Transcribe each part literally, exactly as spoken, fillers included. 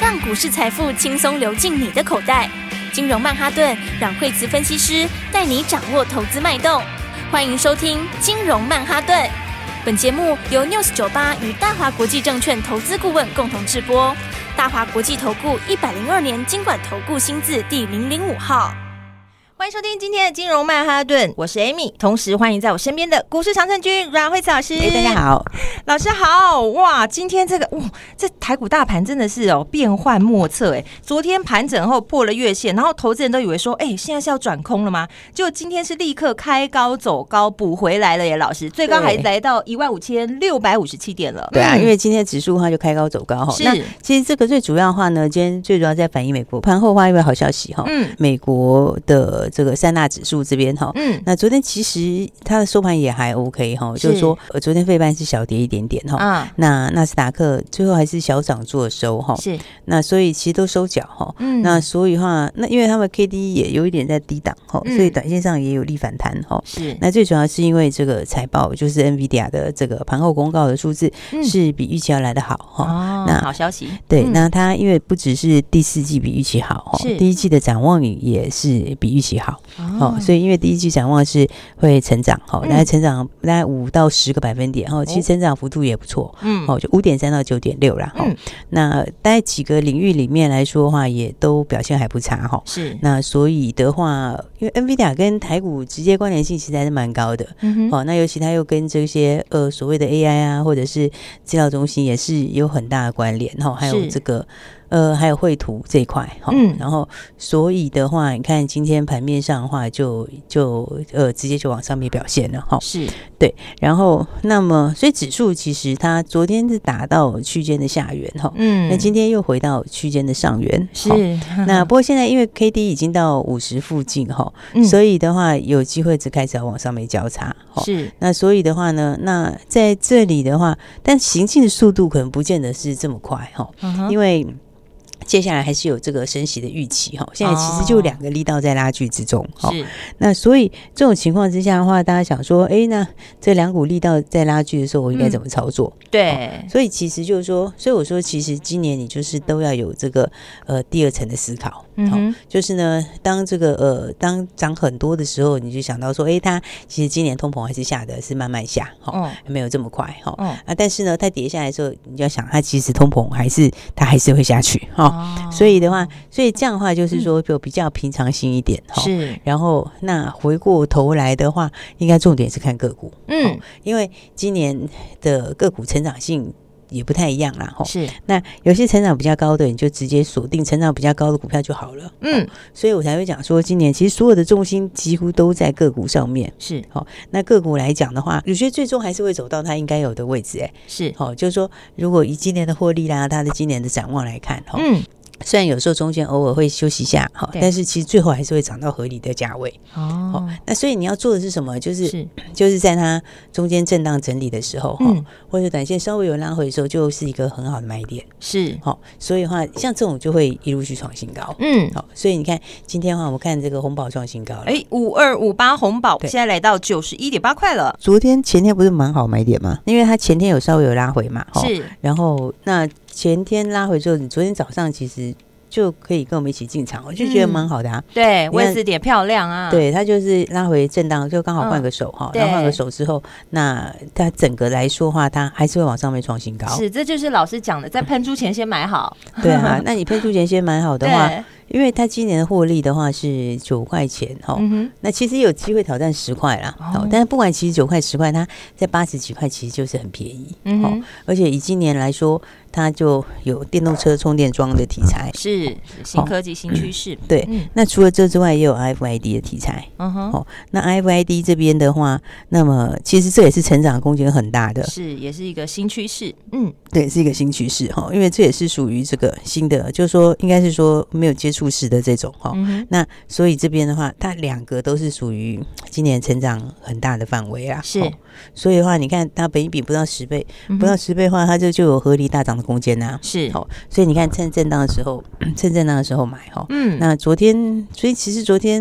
让股市财富轻松流进你的口袋。金融曼哈顿让惠慈分析师带你掌握投资脉动。欢迎收听金融曼哈顿。本节目由 News 九十八与大华国际证券投资顾问共同制播。大华国际投顾一百零二年金管投顾新字第零零五号。 欢迎收听今天的金融曼哈顿，我是 Amy， 同时欢迎在我身边的股市常胜军阮惠慈老师。 哎，大家好， 老师好。哇，今天这个哇，这台股大盘真的是哦变幻莫测哎。昨天盘整后破了月线，然后投资人都以为说，哎，现在是要转空了吗？结果今天是立刻开高走高补回来了耶，老师，最高还来到一万五千六百五十七点了。 对啊，嗯、因为今天指数的话就开高走高哈。那其实这个最主要的话呢，今天最主要在反映美国盘后的话，因为好消息哈，嗯，美国的这个三大指数这边哈，嗯，那昨天其实它的收盘也还 OK 哈，就是说呃昨天费半是小跌一点点哈，啊，那纳斯达克最后还是小涨做收哈，是，那所以其实都收脚哈，嗯，那所以的话，那因为他们 K D 也有一点在低档哈，嗯，所以短线上也有力反弹哈，是，那最主要是因为这个财报就是 NVIDIA 的这个盘后公告的数字是比预期要来得好哈， 哦，那好消息， 对，嗯，那它因为不只是第四季比预期好哈，第一季的展望也是比预期好。哦，所以因为第一季展望是会成长，哈，大概成长大概五到十个百分点，哈，其实成长幅度也不错，嗯，哦，就五点三到九点六啦，哈，那大概几个领域里面来说的话，也都表现还不差，哈，是，那所以的话，因为 NVIDIA 跟台股直接关联性其实还是蛮高的，嗯，哦，那尤其它又跟这些呃所谓的 A I 啊，或者是资料中心也是有很大的关联，哈，还有这个。呃，还有绘图这一块，嗯，然后所以的话，你看今天盘面上的话就，就就呃直接就往上面表现了，哈，是对，然后那么所以指数其实它昨天是打到区间的下缘，哈，嗯，那今天又回到区间的上缘，是，那不过现在因为 K D 已经到五十附近，哈，嗯，所以的话有机会只开始要往上面交叉，是，那所以的话呢，那在这里的话，但行进的速度可能不见得是这么快，哈，嗯，因为。接下来还是有这个升息的预期哈，现在其实就两个力道在拉锯之中哈，是，那所以这种情况之下的话，大家想说，哎，那这两股力道在拉锯的时候，我应该怎么操作？嗯，对，所以其实就是说，所以我说，其实今年你就是都要有这个呃第二层的思考，嗯，就是呢，当这个呃当涨很多的时候，你就想到说，哎，它其实今年通膨还是下的是慢慢下，哈，没有这么快，哈，啊，但是呢，它跌下来的时候，你就要想，它其实通膨还是它还是会下去，哈。哦，所以的话，所以这样的话就是说，就比较平常心一点哈。是，然后那回过头来的话，应该重点是看个股，嗯，因为今年的个股成长性也不太一样啦，是。那有些成长比较高的，你就直接锁定成长比较高的股票就好了，嗯。所以我才会讲说，今年其实所有的重心几乎都在个股上面，是。好，那个股来讲的话，有些最终还是会走到它应该有的位置，哎，是。好，就是说，如果以今年的获利啦，它的今年的展望来看，嗯。虽然有时候中间偶尔会休息一下，但是其实最后还是会涨到合理的价位。哦，那所以你要做的是什么？就是是就是在它中间震荡整理的时候，嗯，或者短线稍微有拉回的时候，就是一个很好的买点。是，好，所以的话，像这种就会一路去创新高。嗯，好，所以你看今天的话，我们看这个红宝创新高了， 哎，五二五八红宝现在来到九十一点八块了。 昨天前天不是蛮好买点吗？因为它前天有稍微有拉回嘛，是，然后那。前天拉回之后，你昨天早上其实就可以跟我们一起进场，我就觉得蛮好的啊。 嗯、对，位置点漂亮啊。 对，它就是拉回震荡，就刚好换个手哈、嗯，然后换个手之后，那它整个来说的话，它还是会往上面创新高。 是，这就是老师讲的，在喷出前先买好。 对啊，那你喷出前先买好的话。因为它今年的获利的话是九块钱哈、嗯，那其实有机会挑战十块啦。哦，但是不管其实九块十块，它在八十几块其实就是很便宜。嗯，哦，而且以今年来说，它就有电动车充电桩的题材， 是新科技、新趋势、嗯。 对、嗯，那除了这之外，也有 R F I D 的题材。嗯哼，哦，那 R F I D 这边的话，那么其实这也是成长空间很大的， 是也是一个新趋势。嗯， 对，是一个新趋势哈，因为这也是属于这个新的，就是说应该是说没有接触。处式的这种哈、嗯，那所以这边的话，它两个都是属于今年成长很大的范围啦。是，所以的话，你看它本益比不到十倍，嗯、不到十倍的话，它就就有合理大涨的空间呐。是，好，所以你看趁震荡的时候，趁震荡的时候买哈。嗯，那昨天，所以其实昨天。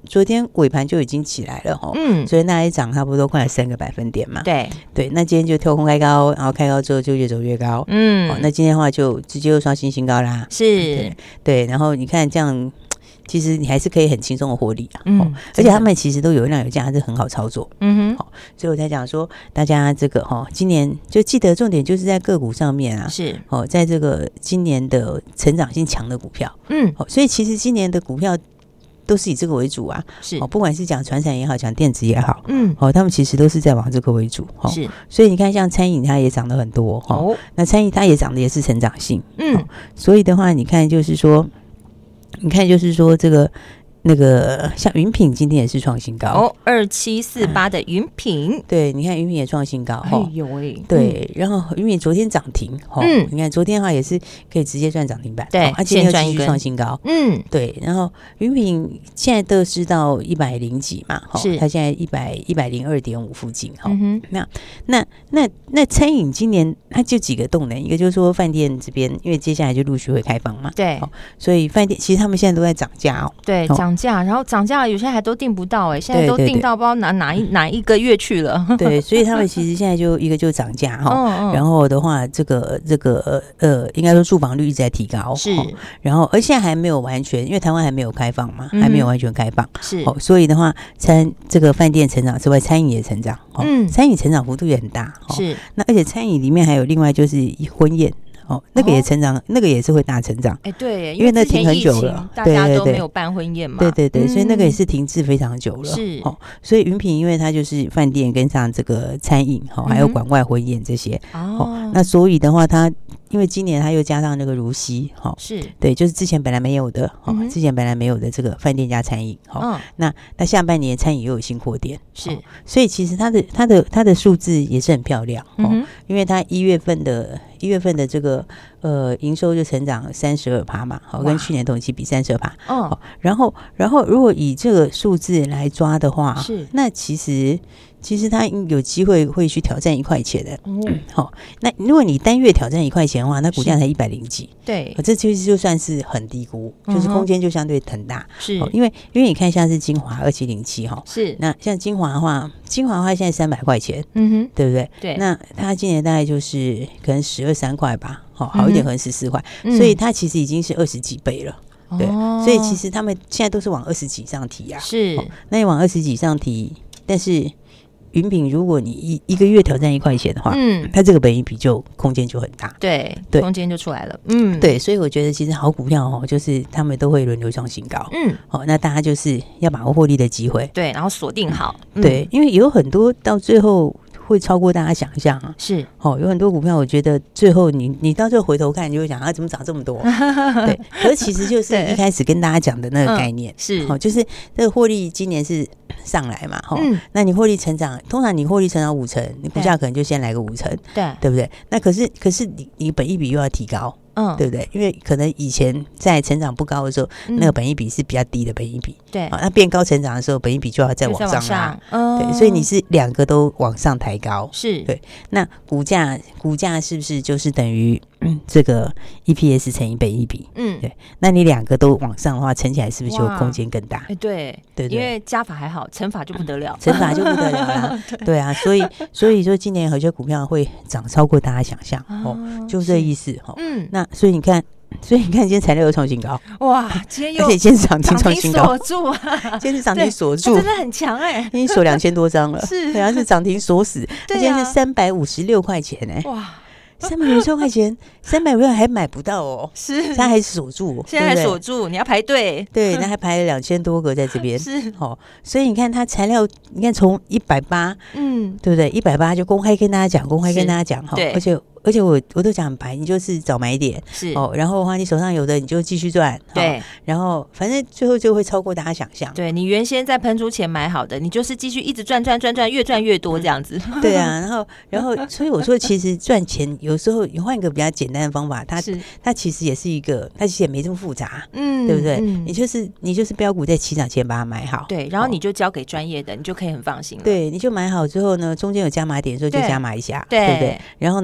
昨天尾盘就已经起来了哈，嗯，所以那一涨差不多快三个百分点嘛， 对对，那今天就跳空开高，然后开高之后就越走越高，嗯，哦，那今天的话就直接又刷新新高啦， 是， 对，对，然后你看这样。其实你还是可以很轻松的获利啊，嗯，哦、而且他们其实都有量有价，是很好操作，嗯哼，好、哦，所以我才讲说，大家这个哈、哦，今年就记得重点就是在个股上面啊， 是， 哦，在这个今年的成长性强的股票，嗯，哦，所以其实今年的股票都是以这个为主啊， 是， 哦，不管是讲传产也好，讲电子也好，嗯，哦，他们其实都是在往这个为主，哦，是，所以你看像餐饮它也涨得很多，哦，哦那餐饮它也涨的也是成长性，嗯、哦，所以的话，你看就是说。你看，就是说这个那个像云品今天也是创新高哦，二七四八的云品、 嗯，对，你看云品也创新高， 哎呦喂， 对，然后云品昨天涨停，嗯，你看昨天的话也是可以直接赚涨停板， 对， 它今天又继续创新高， 嗯， 对，然后云品现在都是到一百零几嘛，是，它现在一百一百零二点五附近，哈、嗯，那那那那餐饮今年它就几个动能，一个就是说饭店这边，因为接下来就陆续会开放嘛， 对， 所以饭店其实他们现在都在涨价哦， 对，涨价，然后涨价有些还都订不到哎、欸，现在都订到不知道哪哪一哪一个月去了。 对，所以他们其实现在就一个就涨价哈，嗯嗯然后的话，这个这个呃，应该说住房率一直在提高， 是， 然后而现在还没有完全，因为台湾还没有开放嘛，嗯、还没有完全开放， 是， 哦，所以的话，餐这个饭店成长之外，餐饮也成长，哦、嗯，餐饮成长幅度也很大，哦、 是， 那而且餐饮里面还有另外就是婚宴。哦，那个也成长，哦、那个也是会大成长。 哎、欸，对， 因为那停很久了， 大家都没有办婚宴嘛。 对对对，嗯、所以那个也是停滞非常久了。 是哦，所以云品因为它就是饭店跟上这个餐饮，哈、哦，还有馆外婚宴这些。嗯、哦，那所以的话，它因为今年它又加上那个如溪，哈、哦， 是对， 就是之前本来没有的，哦，嗯、之前本来没有的这个饭店加餐饮，哈、哦，嗯、那那下半年餐饮又有新扩店， 是， 哦，所以其实它的它的它的数字也是很漂亮，哦，嗯、因为它一月份的一月份的这个呃。营收就成长三十二趴嘛，好，跟去年同期比三十二趴，哦，然后，然后如果以这个数字来抓的话，是，那其实其实它有机会会去挑战一块钱的，嗯，好，那如果你单月挑战一块钱的话，那股价才一百零几， 对， 这其实就算是很低估，就是空间就相对很大， 是， 因为因为你看像是精华二七零七哈， 是， 那像精华的话，精华的话现在三百块钱，嗯哼，对不对？ 对， 那它今年大概就是可能十二三块吧。好，好一点可能十四块，嗯、所以它其实已经是二十几倍了，嗯、对，所以其实他们现在都是往二十几上提啊， 是， 哦、那你往二十几上提，但是云品如果你一一个月挑战一块钱的话，嗯，它这个本益比就空间就很大， 对，对，空间就出来了，嗯， 对，所以我觉得其实好股票哦，就是他们都会轮流创新高，嗯，好、哦，那大家就是要把握获利的机会， 对，然后锁定好， 嗯、对，因为有很多到最后。会超过大家想象啊！ 是哦，有很多股票，我觉得最后你你到最后回头看，你就会想啊，怎么涨这么多？对，可是其实就是一开始跟大家讲的那个概念，嗯、 是哦，就是这个获利今年是上来嘛，哈、哦，嗯、那你获利成长，通常你获利成长五成，你股价可能就先来个五成， 对， 对不对？那可是可是你你本益比又要提高。嗯，对不对？因为可能以前在成长不高的时候，嗯、那个本益比是比较低的本益比， 对， 好、哦，那变高成长的时候，本益比就要再往上拉， 嗯、 对，所以你是两个都往上抬高， 是对。那股价股价是不是就是等于嗯这个 E P S 乘以本益比？嗯，对。那你两个都往上的话，乘起来是不是就空间更大？ 哎，对对，因为加法还好，乘法就不得了， 乘法就不得了啦。对, 对啊，所以所以说今年有些股票会涨超过大家想象哦，就这意思哈。嗯，那所以你看。所以你看，今天材料又创新高， 哇！今天又而且今天涨停创新高， 锁住啊！ 今天是涨停锁住， 真的很强哎、欸！ 已经锁两千多张了， 是， 对啊，是涨停锁死。 对啊， 今天是三百五十六块钱哎、欸， 哇！ 三百五十六块钱，三百五十六还买不到哦， 是， 它还锁住， 现在还锁住，你要排队， 对，那还排了两千多个在这边， 是哦，所以你看它材料，你看从一百八，嗯，对不对？一百八就公开跟大家讲，公开跟大家讲哈，而且。而且我我都讲很白，你就是早买点是哦，然后的话你手上有的你就继续赚， 对、 哦，然后反正最后就会超过大家想象。 对，你原先在喷出前买好的，你就是继续一直赚赚赚赚，越赚越多这样子。 嗯、对啊，然后然后所以我说，其实赚钱有时候你换一个比较简单的方法，它它其实也是一个，它其实也没这么复杂，嗯，对不对？嗯、你就是你就是标股在起涨前把它买好， 对，然后你就交给专业的，你就可以很放心了。 对，你就买好之后呢，中间有加码点的时候就加码一下，对, 对不对？然后呢，它自然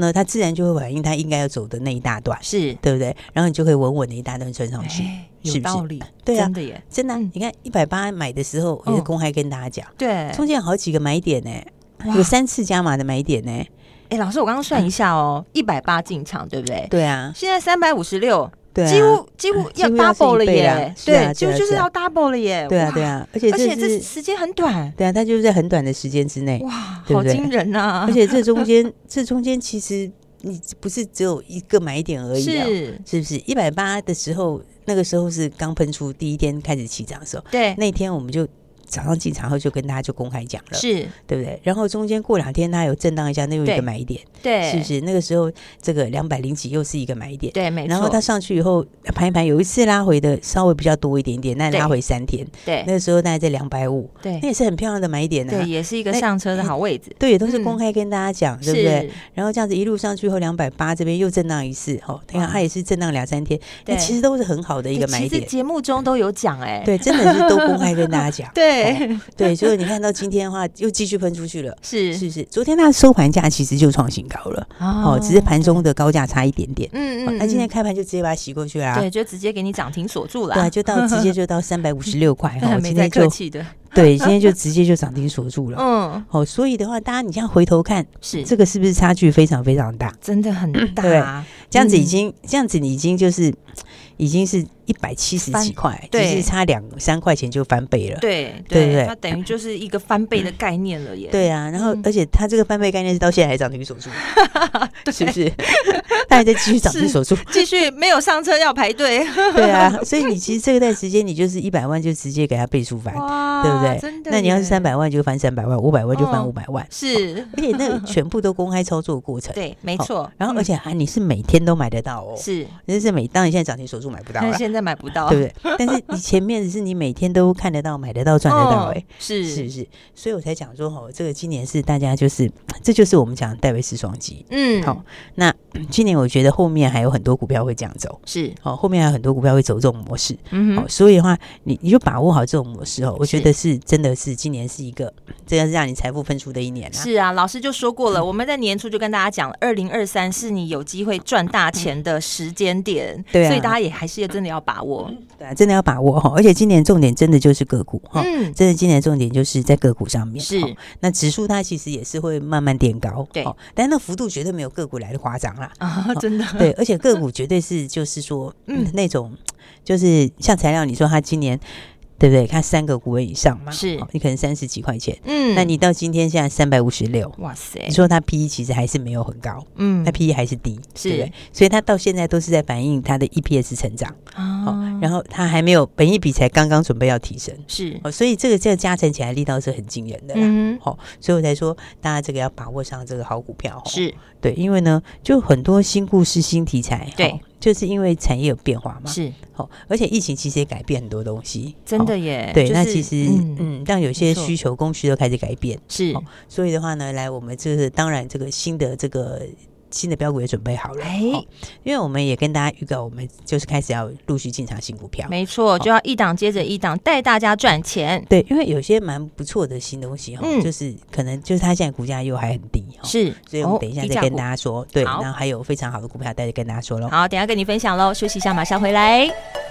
然就会反映它应该要走的那一大段， 是对不对？然后你就可以稳稳的一大段穿上去， 有道理， 对啊， 真的耶， 真的、啊。你看一百八买的时候，也是公开跟大家讲， 对， 中间有好几个买点呢、欸，有三次加码的买点呢、欸。 哎，老师，我刚刚算一下哦，一百八进场，对不对？ 对啊， 现在三百五十六。 对、啊， 几乎几乎要 double 了耶，对，几乎就是要 double 了耶， 对啊对啊，而且而且这时间很短， 对啊，它就是在很短的时间之内， 哇，好惊人啊！ 而且这中间这中间其实你不是只有一个买点而已、啊， 是是不是？一百八的时候，那个时候是刚喷出第一天开始起涨的时候， 对， 那天我们就。早上进场后就跟大家就公开讲了， 是对不对？然后中间过两天它有震荡一下，那又一个买点， 对， 是不是？那个时候这个两百零几又是一个买点， 对，没错。 然后它上去以后盘一盘，有一次拉回的稍微比较多一点点，那拉回三天， 对， 那个时候大概在两百五， 对， 那也是很漂亮的买点啊， 对，也是一个上车的好位置， 对，都是公开跟大家讲，嗯、对不对？然后这样子一路上去后，两百八这边又震荡一次，哦，你看它也是震荡两三天，那其实都是很好的一个买点。 其实节目中都有讲，哎， 对，真的是都公开跟大家讲， 对、 哦、对。所以你看到今天的话，又继续喷出去了， 是是不是？昨天它的收盘价其实就创新高了，哦，哦只是盘中的高价差一点点，嗯嗯，那、哦、今天开盘就直接把它洗过去啦， 对，就直接给你涨停锁住了， 对，就到直接就到三百五十六块， 哈，没再客气的。 对，今天就直接就涨停锁住了。嗯，好、哦，所以的话，大家你这样回头看， 是这个是不是差距非常非常大？ 真的很大， 对，这样子已经、嗯、这样子你已经就是已经是一百七十几块，只是差两三块钱就翻倍了。 对对对对， 它等于就是一个翻倍的概念了耶。 对啊，然后、嗯、而且它这个翻倍概念是到现在还涨停锁住，是不是？它还在继续涨停锁住， 继续没有上车要排队。 对啊，所以你其实这段时间你就是一百万就直接给它倍数翻，对不对？ 真的， 那你要是三百万就翻三百万，五百万就翻五百万， 哦、是， 而且那个全部都公开操作过程， 对，没错、哦。 然后而且还、啊、你是每天都买得到哦， 是， 那是每当然现在涨停锁住买不到了， 现在买不到， 对不对？但是你前面是你每天都看得到、买得到、赚得到、欸，哎、哦， 是是不是？所以我才讲说，哦，这个今年是大家就是这就是我们讲的戴维斯双击，嗯，好、哦，那今年我觉得后面还有很多股票会这样走， 是， 哦，后面还有很多股票会走这种模式， 嗯哦，所以的话，你你就把握好这种模式哦，我觉得是真的是今年是一个，这个是让你财富分出的一年啊。 是啊，老师就说过了，嗯、我们在年初就跟大家讲了，二零二三是你有机会赚大钱的时间点，嗯、对、啊，所以大家也还是真的要把握， 对啊，真的要把握哈。而且今年重点真的就是个股哈，嗯，真的今年重点就是在个股上面。 是， 那指数它其实也是会慢慢垫高， 对， 但那幅度绝对没有个股来的夸张啦啊，真的。 对，而且个股绝对是就是说，嗯，那种就是像材料，你说它今年。对不对？看三个股位以上嘛， 是、哦、 你可能三十几块钱，嗯，那你到今天现在三百五十六， 哇塞！ 你说它 P E 其实还是没有很高，嗯，它 P E 还是低， 是， 对不对？所以它到现在都是在反映它的 E P S 成长，哦，哦然后它还没有本益比才刚刚准备要提升， 是， 哦，所以这个这个加成起来力道是很惊人的啦，嗯，好、哦，所以我才说大家这个要把握上这个好股票， 是对，因为呢，就很多新故事、新题材， 对。 哦就是因为产业有变化嘛， 是， 哦，而且疫情其实也改变很多东西， 真的耶。 哦、对、 就是， 那其实嗯嗯，让有些需求供需都开始改变， 是、 哦。所以的话呢，来我们这个当然这个新的这个新的标股也准备好了，哎、哦，因为我们也跟大家预告，我们就是开始要陆续进场新股票， 没错，就要一档接着一档带大家赚钱。 对，因为有些蛮不错的新东西哈、嗯，就是可能就是它现在股价又还很低， 是， 所以我们等一下再跟大家说。 哦、 对，然后还有非常好的股票，再跟大家说喽。 好，等一下跟你分享喽，休息一下，马上回来。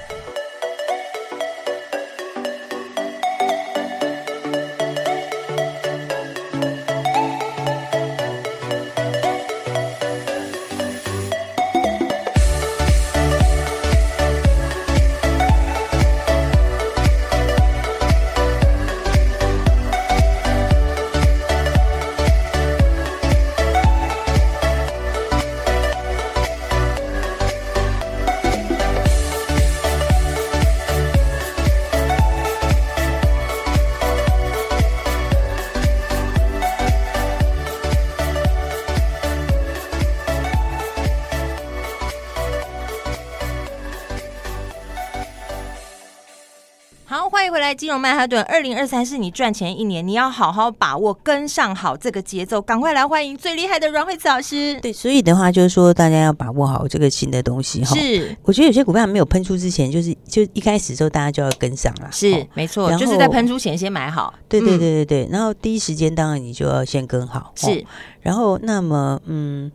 好，欢迎回来，金融曼哈顿。二零二三是你赚钱一年，你要好好把握，跟上好这个节奏。赶快来欢迎最厉害的阮慧慈老师。 对，所以的话就是说，大家要把握好这个新的东西哈。 是， 我觉得有些股票没有喷出之前，就是就一开始的时候，大家就要跟上啦。 是，没错，就是在喷出前先买好。 对对对对对，嗯、然后第一时间当然你就要先跟好。 是， 然后那么嗯。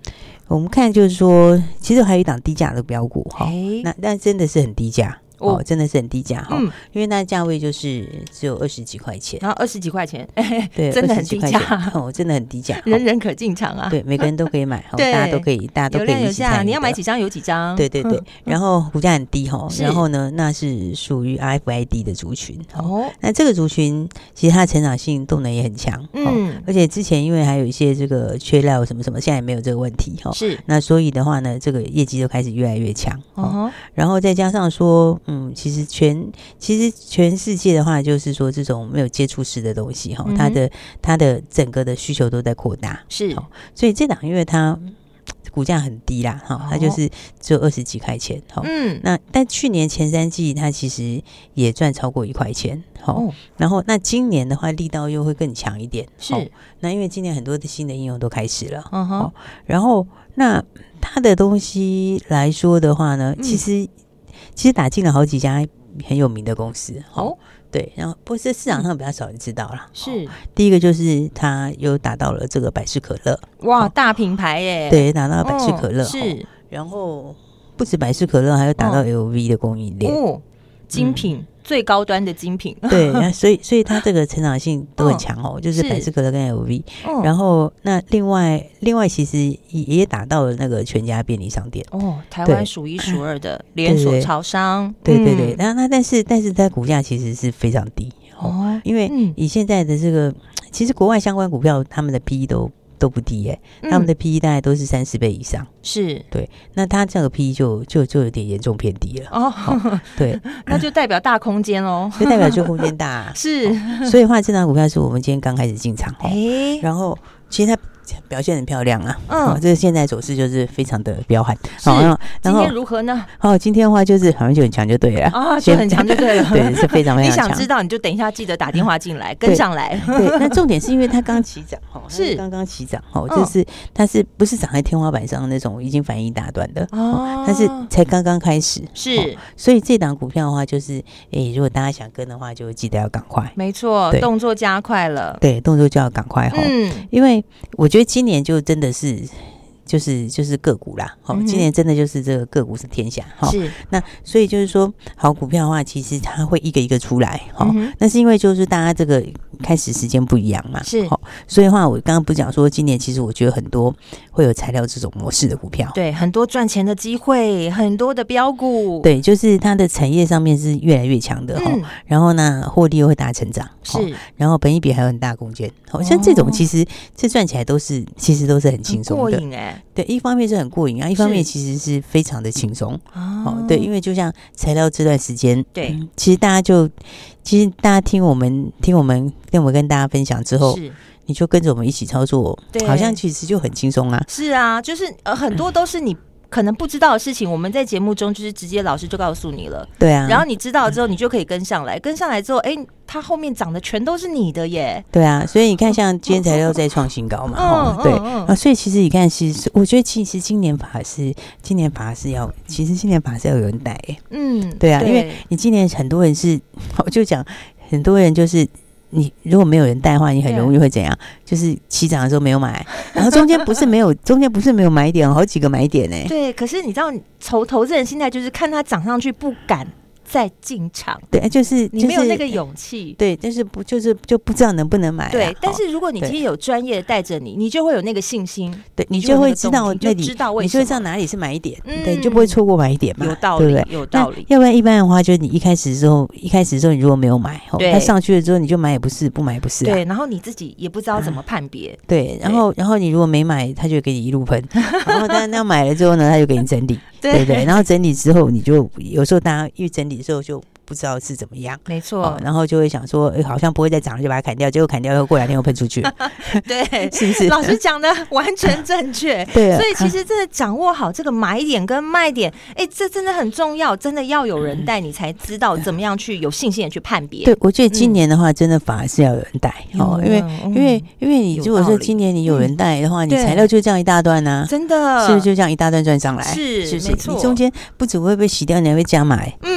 我们看就是说，其实还有一档低价的标股哈， 欸、 那但真的是很低价。哦，真的是很低价哈、嗯，因为那价位就是只有二十几块钱， 然后二十几块钱， 对， 真的很低价哦，真的很低价， 人人可进场啊， 对，每个人都可以买，大家都可以，大家都可以一起参与。 你要买几张有几张， 对对对，然后股价很低哈，然后呢，那是属于 R F I D 的族群哦，那这个族群其实它的成长性动能也很强，嗯，而且之前因为还有一些这个缺料什么什么，现在也没有这个问题哈， 是， 那所以的话呢，这个业绩就开始越来越强，哦，然后再加上说，嗯，其实全其实全世界的话，就是说这种没有接触式的东西哈，它的它的整个的需求都在扩大， 是， 所以这档因为它股价很低啦，哈，它就是只有二十几块钱，哈，嗯，那但去年前三季它其实也赚超过一块钱，哦，然后那今年的话力道又会更强一点， 是， 那因为今年很多的新的应用都开始了，嗯哼，然后那它的东西来说的话呢，其实其实打进了好几家很有名的公司哦，对，然后不过这市场上比较少人知道啦。 是、 哦、第一个就是他又打到了这个百事可乐， 哇，哦、大品牌耶， 对，打到百事可乐、哦、 是、 哦，然后不止百事可乐，还有打到 L V 的供应链， 哦，精品。嗯，最高端的精品， 对，所以所以它这个成长性都很强哦，就是百事可乐跟 L V，、哦、然后那另外另外其实也也打到了那个全家便利商店哦，台湾数一数二的连锁超商， 对对对，那、嗯、那但是但是它股价其实是非常低哦，哦因为以现在的这个，嗯、其实国外相关股票他们的 P E 都。都不低耶、欸，他们的 P E 大概都是三十倍以上， 是对。那它这个 P E 就就就有点严重偏低了哦, 哦，对， 那就代表大空间哦， 就代表就空间大、啊， 是、 哦。所以的话，这档股票是我们今天刚开始进场，哎、 欸， 然后其实它表现很漂亮啊，嗯，哦、这个现在走势就是非常的彪悍。好、哦， 今天如何呢？ 哦，今天的话就是好像就很强就对了啊，就很强就对了， 对，是非常非常强。 你想知道你就等一下记得打电话进来跟上来。 对，那重点是因为它刚起涨，哦，是刚刚起涨，哦，就是它是不是涨在天花板上那种已经反应大段的哦，它是才刚刚开始， 是、 哦，所以这档股票的话，就是诶，如果大家想跟的话，就记得要赶快， 没错，动作加快了， 对，动作就要赶快哈，嗯，因为我觉得今年就真的是。就是就是个股啦，好、嗯，今年真的就是这个个股是天下，哈，是。那所以就是说，好股票的话，其实它会一个一个出来，哈、嗯。那是因为就是大家这个开始时间不一样嘛， 是。 所以的话，我刚刚不是讲说，今年其实我觉得很多会有材料这种模式的股票， 对，很多赚钱的机会，很多的标股， 对，就是它的产业上面是越来越强的，哈、嗯。然后呢，获利又会大成长， 是。然后本益比还有很大空间，好像这种其实这赚起来都是其实都是很轻松的， 过瘾哎。 对，一方面是很过瘾啊，一方面其实是非常的轻松哦。对，因为就像材料这段时间， 对、嗯， 其实大家就其实大家听我们听我们听我们跟大家分享之后，是你就跟着我们一起操作，好像其实就很轻松啊。 是啊，就是呃很多都是你。可能不知道的事情，我们在节目中就是直接老师就告诉你了， 对啊。 然后你知道了之后，你就可以跟上来，跟上来之后，哎，它后面涨的全都是你的耶。 对啊，所以你看，像今天材料在创新高嘛，哦，对啊，所以其实你看，其实我觉得其实今年法是今年法是要，其实今年法是要有人带，嗯，对啊，因为你今年很多人是，我就讲很多人就是。你如果没有人带的话，你很容易会怎样？就是起涨的时候没有买，然后中间不是没有，中间不是没有买点，好几个买点呢、欸。 对，可是你知道，投投资人心态就是看它涨上去不敢再进场， 对，就是、就是、 你没有那个勇气， 对，但是不就是就不知道能不能买、啊。 对，但是如果你今天有专业带着你，你就会有那个信心， 对你就会知道那里， 知道为你就会知道哪里是买点，嗯、对，你就不会错过买点嘛， 有道理， 对不对？ 有道理。 要不然一般的话，就是你一开始的时候，一开始的时候你如果没有买，对，它上去了之后你就买也不是，不买也不是、啊， 对，然后你自己也不知道怎么判别、嗯， 对，然后然后你如果没买，他就给你一路喷，然后但那买了之后呢，他就给你整理，对不对？然后整理之后，你就有时候大家因为整理的时候就。不知道是怎么样， 没错、 哦，然后就会想说，欸、好像不会再涨了，就把它砍掉。结果砍掉以后，过两天又喷出去， 对， 是不是？ 老师讲的完全正确， 对、啊。 所以其实真的掌握好这个买点跟卖点，哎、欸，这真的很重要，真的要有人带你才知道怎么样去有信心的去判别。 对，我觉得今年的话，嗯、真的反而是要有人带、嗯、哦，因为、嗯、因为因为你如果说今年你有人带的话，嗯、你材料就这样一大段呢、啊， 真的， 是不是就这样一大段赚上来？ 是， 是不是？ 没错， 你中间不只会被洗掉，你还会加买，嗯。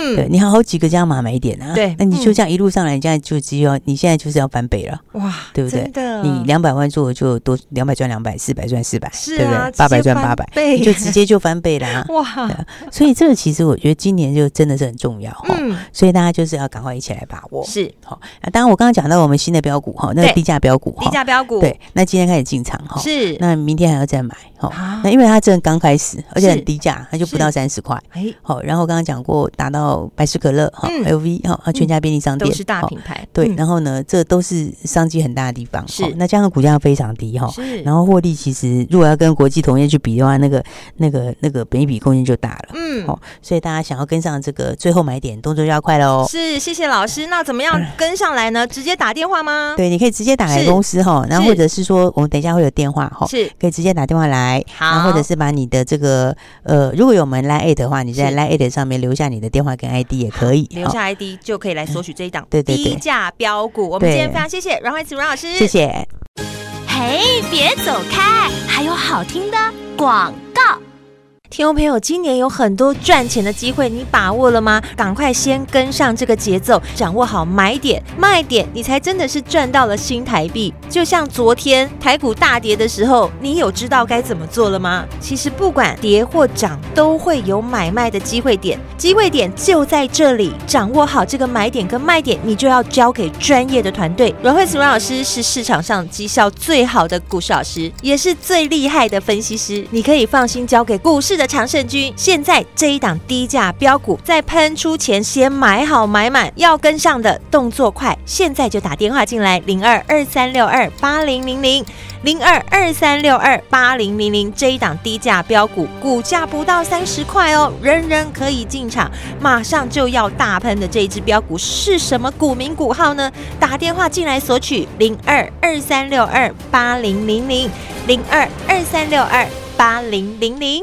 嗯，对，你好好几个加码买点啊， 对， 那你就这样一路上来，你现在就只有你现在就是要翻倍了，哇，对不对？真的，你两百万做就多两百赚两百，四百赚四百， 是啊， 对不对？八百赚八百，你就直接就翻倍啦，哇！所以这个其实我觉得今年就真的是很重要哈，嗯，所以大家就是要赶快一起来把握， 是好。那当然我刚刚讲到我们新的标股哈，那个低价标股， 低价标股， 对，那今天开始进场哈， 是， 那明天还要再买哈，那因为它真的刚开始，而且很低价，它就不到三十块，哎，好，然后刚刚讲过达到百事可乐哈 ，L V 哈，全家便利商店都是大品牌， 对，然后呢，这都是商机很大的地方， 是， 那加上股价非常低哈，是，然后获利其实如果要跟国际同业去比的话，那个那个那个本益比空间就大了，嗯，好，所以大家想要跟上这个最后买点，动作就要快喽。 是，谢谢老师。那怎么样跟上来呢？直接打电话吗？ 对，你可以直接打来公司哈，然后或者是说我们等一下会有电话哈，是可以直接打电话来，然后或者是把你的这个呃，如果有我们 Line 的话，你在 Line 上面留下你的电话跟 I D 也可以， 留下 I D 就可以来索取这一档对对低价标股。我们今天非常谢谢阮蕙慈阮老师， 谢谢。 嘿，别走开，还有好听的广告。 听众朋友，今年有很多赚钱的机会，你把握了吗？赶快先跟上这个节奏，掌握好买点卖点，你才真的是赚到了新台币。就像昨天台股大跌的时候，你有知道该怎么做了吗？其实不管跌或涨，都会有买卖的机会点，机会点就在这里。掌握好这个买点跟卖点，你就要交给专业的团队。阮蕙慈阮老师是市场上绩效最好的股市老师，也是最厉害的分析师，你可以放心交给股市的常胜军。现在这一档低价标股在喷出前先买好买满，要跟上的动作快，现在就打电话进来零二二三六二八零零零零二二三六二八零零零。这一档低价标股股价不到三十块哦，人人可以进场，马上就要大喷的这一只标股是什么股名股号呢？打电话进来索取零二二三六二八零零零零二二三六二八零零零。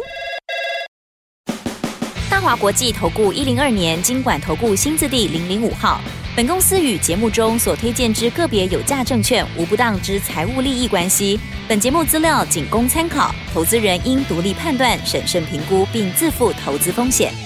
大华国际投顾一零二年金管投顾新字第零零五号。本公司与节目中所推荐之个别有价证券无不当之财务利益关系。本节目资料仅供参考，投资人应独立判断、审慎评估，并自负投资风险。